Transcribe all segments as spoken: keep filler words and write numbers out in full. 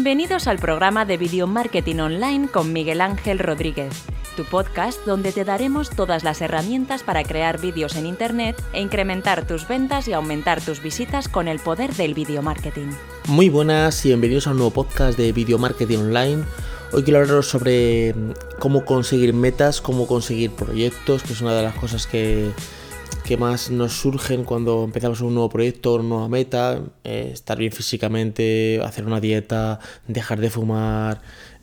Bienvenidos al programa de Video Marketing Online con Miguel Ángel Rodríguez, tu podcast donde te daremos todas las herramientas para crear vídeos en Internet e incrementar tus ventas y aumentar tus visitas con el poder del video marketing. Muy buenas y bienvenidos a un nuevo podcast de Video Marketing Online. Hoy quiero hablaros sobre cómo conseguir metas, cómo conseguir proyectos, que es una de las cosas que, que más nos surgen cuando empezamos un nuevo proyecto, una nueva meta. Eh, estar bien físicamente, hacer una dieta, dejar de fumar,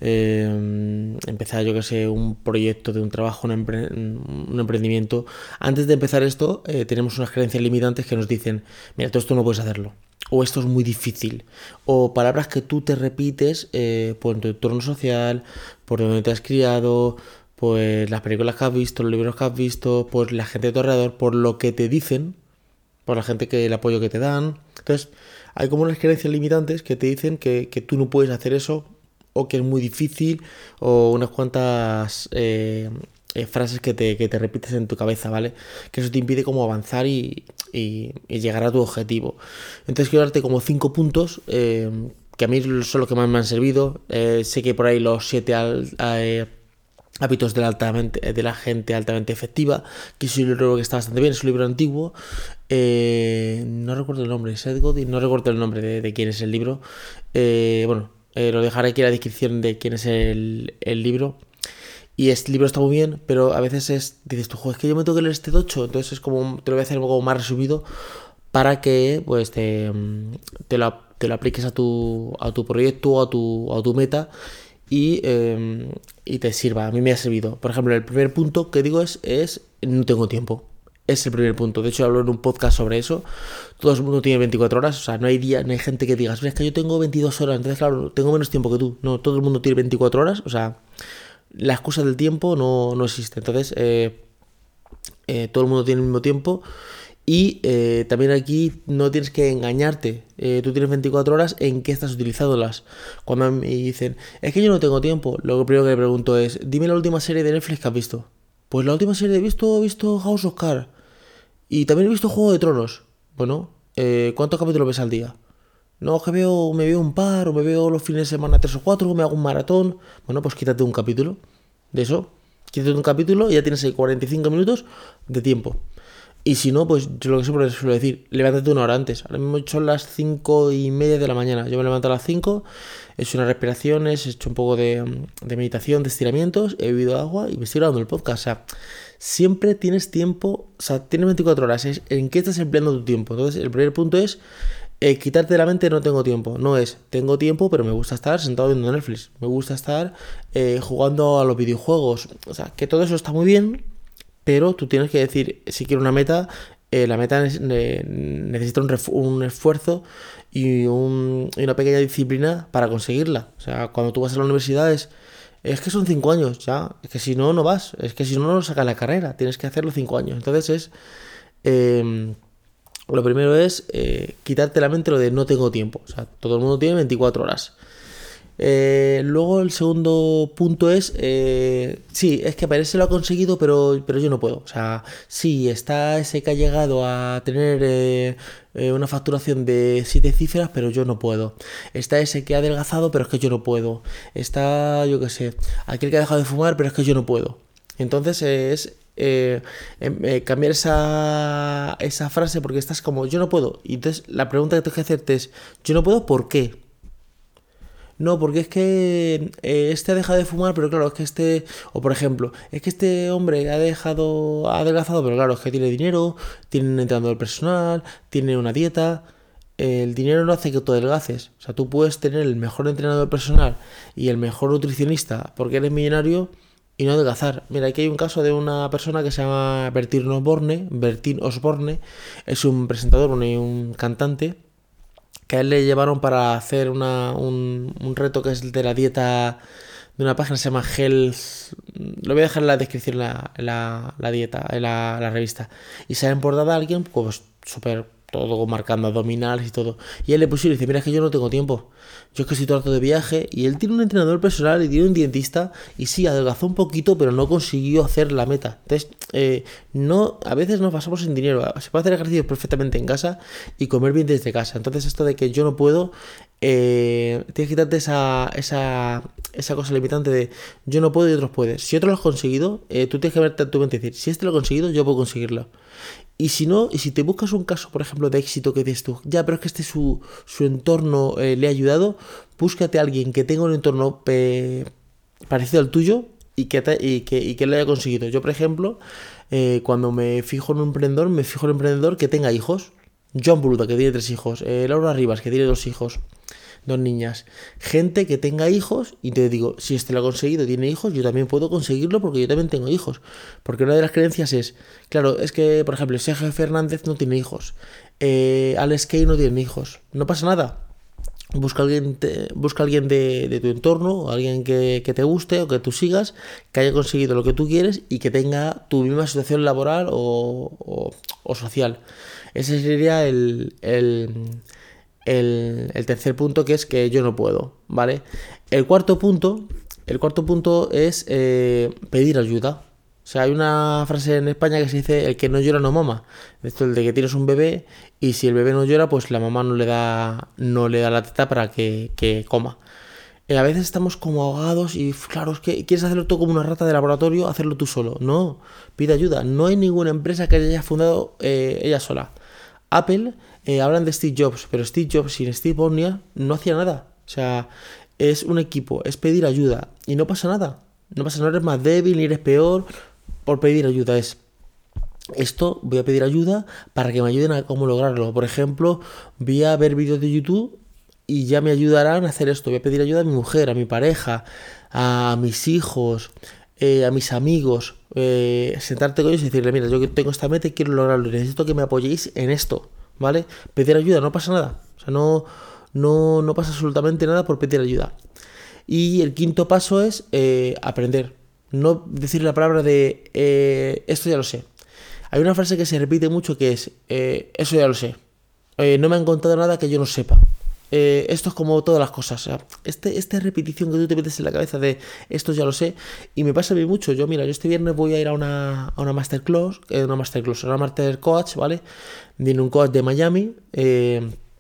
eh, empezar, yo que sé, un proyecto de un trabajo, un, empre- un emprendimiento. Antes de empezar esto, eh, tenemos unas creencias limitantes que nos dicen, mira, todo esto no puedes hacerlo. O esto es muy difícil, o palabras que tú te repites eh, por tu entorno social, por donde te has criado, pues las películas que has visto, los libros que has visto, por la gente de tu alrededor, por lo que te dicen, por la gente que el apoyo que te dan. Entonces, hay como unas creencias limitantes que te dicen que, que tú no puedes hacer eso, o que es muy difícil, o unas cuantas eh, eh, frases que te, que te repites en tu cabeza, ¿vale? Que eso te impide como avanzar y, y, y llegar a tu objetivo. Entonces quiero darte como cinco puntos eh, que a mí son los que más me han servido. Eh, sé que por ahí los siete al, eh, hábitos de la, altamente, de la gente altamente efectiva, que es un libro que está bastante bien, es un libro antiguo. Eh, no recuerdo el nombre, Seth Godin, no recuerdo el nombre de, de quién es el libro. Eh, bueno, eh, lo dejaré aquí en la descripción de quién es el, el libro. Y este libro está muy bien, pero a veces es, dices tú, joder, es que yo me tengo que leer este tocho, entonces es como, te lo voy a hacer algo más resumido para que pues te, te, lo, te lo apliques a tu, a tu proyecto o a tu, a tu meta y, eh, y te sirva. A mí me ha servido. Por ejemplo, el primer punto que digo es, es no tengo tiempo. Es el primer punto. De hecho, hablo en un podcast sobre eso. Todo el mundo tiene veinticuatro horas. O sea, no hay día, no hay gente que digas, es que yo tengo veintidós horas, entonces claro, tengo menos tiempo que tú. No, todo el mundo tiene veinticuatro horas. O sea, la excusa del tiempo no, no existe. Entonces, eh, eh, todo el mundo tiene el mismo tiempo. Y eh, también aquí no tienes que engañarte. Eh, tú tienes veinticuatro horas, ¿en qué estás utilizándolas? Cuando me dicen, es que yo no tengo tiempo, lo primero que le pregunto es, dime la última serie de Netflix que has visto. Pues la última serie he visto, he visto House of Cards. Y también he visto Juego de Tronos. Bueno, eh, ¿cuántos capítulos ves al día? No, que veo, me veo un par, o me veo los fines de semana tres o cuatro, o me hago un maratón. Bueno, pues quítate un capítulo de eso. Quítate un capítulo y ya tienes ahí cuarenta y cinco minutos de tiempo. Y si no, pues yo lo que siempre suelo decir, levántate una hora antes. Ahora mismo son las cinco y media de la mañana. Yo me levanto a las cinco, he hecho unas respiraciones, he hecho un poco de, de meditación, de estiramientos, he bebido agua y me estoy grabando el podcast. O sea, siempre tienes tiempo, o sea, tienes veinticuatro horas. Es ¿en qué estás empleando tu tiempo? Entonces, el primer punto es eh, quitarte de la mente no tengo tiempo. No es tengo tiempo, pero me gusta estar sentado viendo Netflix. Me gusta estar eh, jugando a los videojuegos. O sea, que todo eso está muy bien. Pero tú tienes que decir, si quiero una meta, eh, la meta ne- necesita un, ref- un esfuerzo y, un, y una pequeña disciplina para conseguirla. O sea, cuando tú vas a la universidad es, es que son cinco años, ya. Es que si no, no vas. Es que si no, no sacas la carrera. Tienes que hacerlo cinco años. Entonces es... Eh, lo primero es eh, quitarte la mente lo de no tengo tiempo. O sea, todo el mundo tiene veinticuatro horas. Eh, luego el segundo punto es, eh, sí, es que parece lo ha conseguido, pero, pero yo no puedo. O sea, sí, está ese que ha llegado a tener eh, eh, una facturación de siete cifras, pero yo no puedo. Está ese que ha adelgazado, pero es que yo no puedo. Está, yo qué sé, aquel que ha dejado de fumar, pero es que yo no puedo. Entonces eh, es eh, eh, cambiar esa, esa frase porque estás como, yo no puedo. Y entonces la pregunta que tengo que hacerte es, yo no puedo, ¿por qué? No, porque es que eh, este ha dejado de fumar, pero claro, es que este... O por ejemplo, es que este hombre ha dejado... Ha adelgazado, pero claro, es que tiene dinero, tiene un entrenador personal, tiene una dieta... El dinero no hace que tú adelgaces. O sea, tú puedes tener el mejor entrenador personal y el mejor nutricionista porque eres millonario y no adelgazar. Mira, aquí hay un caso de una persona que se llama Bertín Osborne. Bertín Osborne es un presentador, un, un cantante... que a él le llevaron para hacer una, un, un reto que es el de la dieta de una página que se llama Health. Lo voy a dejar en la descripción la, la, la dieta, en la, la revista. Y salen por dar a alguien pues súper todo marcando abdominales y todo. Y él le puso y le dice, mira, es que yo no tengo tiempo. Yo es que estoy todo el rato de viaje. Y él tiene un entrenador personal y tiene un dietista. Y sí, adelgazó un poquito, pero no consiguió hacer la meta. Entonces, eh, no, a veces nos basamos en dinero. Se puede hacer ejercicio perfectamente en casa y comer bien desde casa. Entonces, esto de que yo no puedo, eh, tienes que quitarte esa, esa, esa cosa limitante de yo no puedo y otros pueden. Si otros lo has conseguido, eh, tú tienes que verte en tu mente y decir, si este lo ha conseguido, yo puedo conseguirlo. Y si no, y si te buscas un caso, por ejemplo, de éxito que dices tú, ya, pero es que este su, su entorno eh, le ha ayudado, búscate a alguien que tenga un entorno pe- parecido al tuyo y que, te, y, que, y que lo haya conseguido. Yo, por ejemplo, eh, cuando me fijo en un emprendedor, me fijo en un emprendedor que tenga hijos. Joan Boluda, que tiene tres hijos. Eh, Laura Rivas, que tiene dos hijos. Dos niñas, gente que tenga hijos, y te digo, si este lo ha conseguido, tiene hijos, yo también puedo conseguirlo porque yo también tengo hijos. Porque una de las creencias es, claro, es que, por ejemplo, Sergio Fernández no tiene hijos, eh, Alex Kay no tiene hijos, no pasa nada. Busca a alguien, te, busca a alguien de, de tu entorno, o alguien que, que te guste o que tú sigas, que haya conseguido lo que tú quieres y que tenga tu misma situación laboral o, o, o social. Ese sería el... el El, el tercer punto, que es que yo no puedo, ¿vale? El cuarto punto, el cuarto punto es eh, pedir ayuda. O sea, hay una frase en España que se dice, el que no llora no mama. Esto es el de que tienes un bebé y si el bebé no llora, pues la mamá no le da, no le da la teta para que, que coma. Eh, a veces estamos como ahogados y claro, es que quieres hacerlo todo como una rata de laboratorio, hacerlo tú solo. No, pide ayuda. No hay ninguna empresa que haya fundado eh, ella sola. Apple, eh, hablan de Steve Jobs, pero Steve Jobs sin Steve Wozniak no hacía nada. O sea, es un equipo, es pedir ayuda y no pasa nada. No pasa nada, no eres más débil ni eres peor por pedir ayuda. Es esto, voy a pedir ayuda para que me ayuden a cómo lograrlo. Por ejemplo, voy a ver vídeos de YouTube y ya me ayudarán a hacer esto. Voy a pedir ayuda a mi mujer, a mi pareja, a mis hijos, eh, a mis amigos. Eh, sentarte con ellos y decirle, mira, yo tengo esta meta y quiero lograrlo, necesito que me apoyéis en esto, ¿vale? Pedir ayuda, no pasa nada, o sea, no, no, no pasa absolutamente nada por pedir ayuda. Y el quinto paso es eh, aprender, no decir la palabra de eh, esto ya lo sé. Hay una frase que se repite mucho que es eh, eso ya lo sé, eh, no me han contado nada que yo no sepa. Eh, esto es como todas las cosas, o sea, este, esta repetición que tú te metes en la cabeza de esto ya lo sé, y me pasa a mí mucho. Yo, mira, yo este viernes voy a ir a una, a una masterclass, eh, una masterclass, una master coach, ¿vale? Viene un coach de Miami, eh,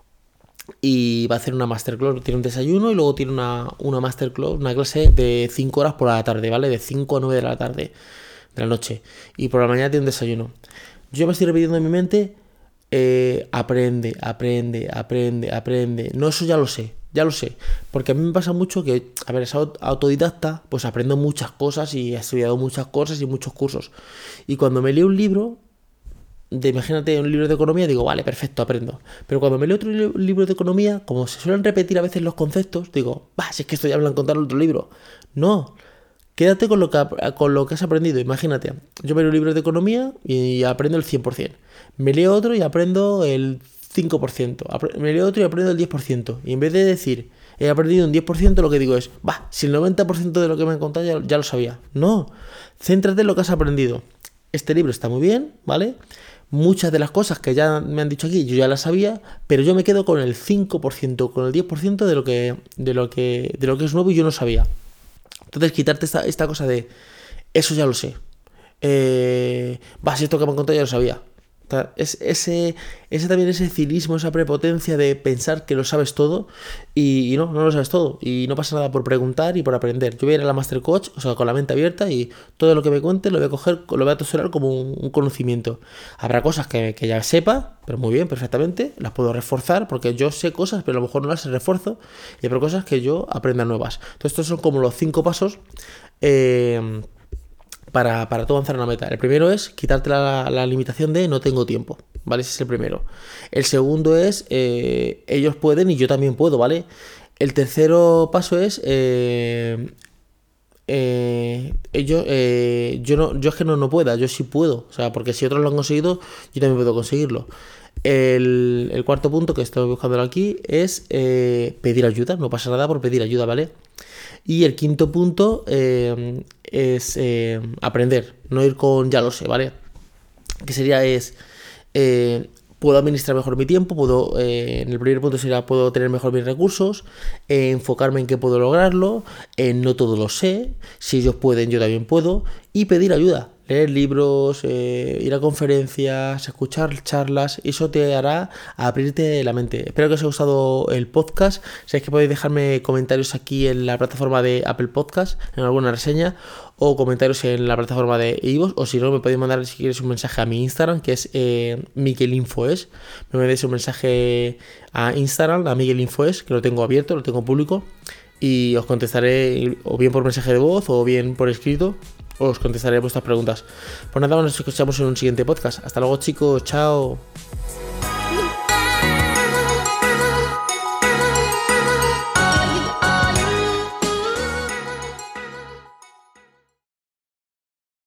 y va a hacer una masterclass, tiene un desayuno y luego tiene una, una masterclass, una clase de cinco horas por la tarde, ¿vale? De cinco a nueve de la tarde, de la noche, y por la mañana tiene un desayuno. Yo me estoy repitiendo en mi mente, Eh, aprende, aprende, aprende, aprende. No, eso ya lo sé, ya lo sé. Porque a mí me pasa mucho que, a ver, es autodidacta, pues aprendo muchas cosas y he estudiado muchas cosas y muchos cursos. Y cuando me leo un libro, de, imagínate un libro de economía, digo, vale, perfecto, aprendo. Pero cuando me leo otro li- libro de economía, como se suelen repetir a veces los conceptos, digo, va, si es que esto ya me lo han contado en otro libro. No. Quédate con lo, que, con lo que has aprendido. Imagínate, yo me leo un libro de economía y aprendo el cien por ciento. Me leo otro y aprendo el cinco por ciento. Me leo otro y aprendo el diez por ciento. Y en vez de decir, he aprendido un diez por ciento, lo que digo es, va, si el noventa por ciento de lo que me han contado ya, ya lo sabía. No, céntrate en lo que has aprendido. Este libro está muy bien, ¿vale? Muchas de las cosas que ya me han dicho aquí yo ya las sabía, pero yo me quedo con el cinco por ciento, con el diez por ciento de lo que, de lo que, de lo que es nuevo y yo no sabía. Entonces, quitarte esta, esta cosa de eso ya lo sé. Eh, va, si esto que me han contado ya lo sabía. Es, ese, ese también ese cinismo, esa prepotencia de pensar que lo sabes todo y, y no, no lo sabes todo. Y no pasa nada por preguntar y por aprender. Yo voy a ir a la Master Coach, o sea, con la mente abierta y todo lo que me cuente lo voy a coger, lo voy a atorar como un, un conocimiento. Habrá cosas que, que ya sepa, pero muy bien, perfectamente, las puedo reforzar porque yo sé cosas, pero a lo mejor no las refuerzo. Y habrá cosas que yo aprenda nuevas. Entonces, estos son como los cinco pasos Eh, Para, para tú avanzar en una meta. El primero es quitarte la, la limitación de no tengo tiempo, ¿vale? Ese es el primero. El segundo es eh, ellos pueden y yo también puedo, ¿vale? El tercero paso es eh, eh, ellos, eh, yo no, yo es que no, no pueda, yo sí puedo, o sea, porque si otros lo han conseguido, yo también puedo conseguirlo. El, el cuarto punto que estoy buscando aquí es eh, pedir ayuda, no pasa nada por pedir ayuda, ¿vale? Y el quinto punto eh, es eh, aprender, no ir con ya lo sé, ¿vale? Que sería es, eh, puedo administrar mejor mi tiempo, puedo, eh, en el primer punto sería, puedo tener mejor mis recursos, eh, enfocarme en qué puedo lograrlo, eh, no todo lo sé, si ellos pueden, yo también puedo, y pedir ayuda. Leer libros, eh, ir a conferencias, escuchar charlas, eso te hará abrirte la mente. Espero que os haya gustado el podcast. Sabéis que podéis dejarme comentarios aquí en la plataforma de Apple Podcast, en alguna reseña, o comentarios en la plataforma de iVoox, o si no, me podéis mandar si quieres un mensaje a mi Instagram, que es eh, miguelinfoes. Me mandéis un mensaje a Instagram, a miguelinfoes, que lo tengo abierto, lo tengo público, y os contestaré o bien por mensaje de voz o bien por escrito. Os contestaré vuestras preguntas. Pues nada más, nos escuchamos en un siguiente podcast. Hasta luego, chicos. Chao.